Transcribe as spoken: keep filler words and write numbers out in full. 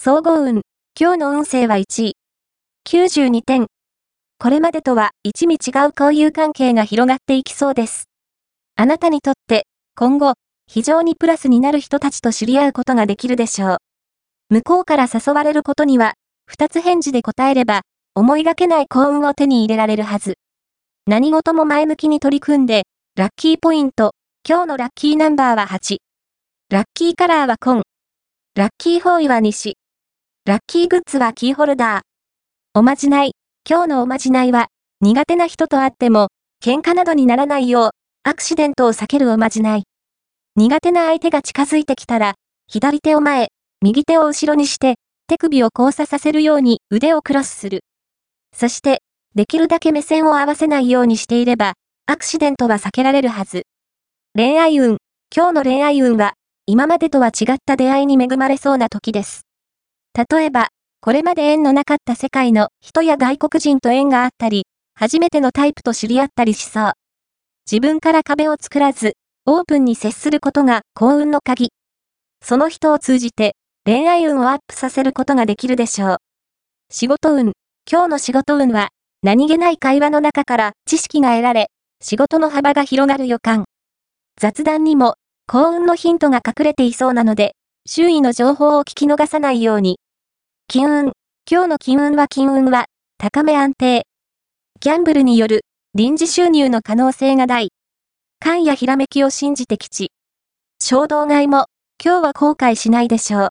総合運。今日の運勢はいちい。きゅうじゅうにてん。これまでとは一味違う交友関係が広がっていきそうです。あなたにとって今後非常にプラスになる人たちと知り合うことができるでしょう。向こうから誘われることには二つ返事で答えれば思いがけない幸運を手に入れられるはず。何事も前向きに取り組んでラッキーポイント。今日のラッキーナンバーははち。ラッキーカラーは紺。ラッキーフォーイは西。ラッキーグッズはキーホルダー。おまじない。今日のおまじないは、苦手な人と会っても、喧嘩などにならないよう、アクシデントを避けるおまじない。苦手な相手が近づいてきたら、左手を前、右手を後ろにして、手首を交差させるように腕をクロスする。そして、できるだけ目線を合わせないようにしていれば、アクシデントは避けられるはず。恋愛運。今日の恋愛運は、今までとは違った出会いに恵まれそうな時です。例えば、これまで縁のなかった世界の人や外国人と縁があったり、初めてのタイプと知り合ったりしそう。自分から壁を作らず、オープンに接することが幸運の鍵。その人を通じて、恋愛運をアップさせることができるでしょう。仕事運。今日の仕事運は、何気ない会話の中から知識が得られ、仕事の幅が広がる予感。雑談にも、幸運のヒントが隠れていそうなので、周囲の情報を聞き逃さないように。金運。今日の金運は金運は、高め安定。ギャンブルによる臨時収入の可能性が大。勘やひらめきを信じて吉。衝動買いも、今日は後悔しないでしょう。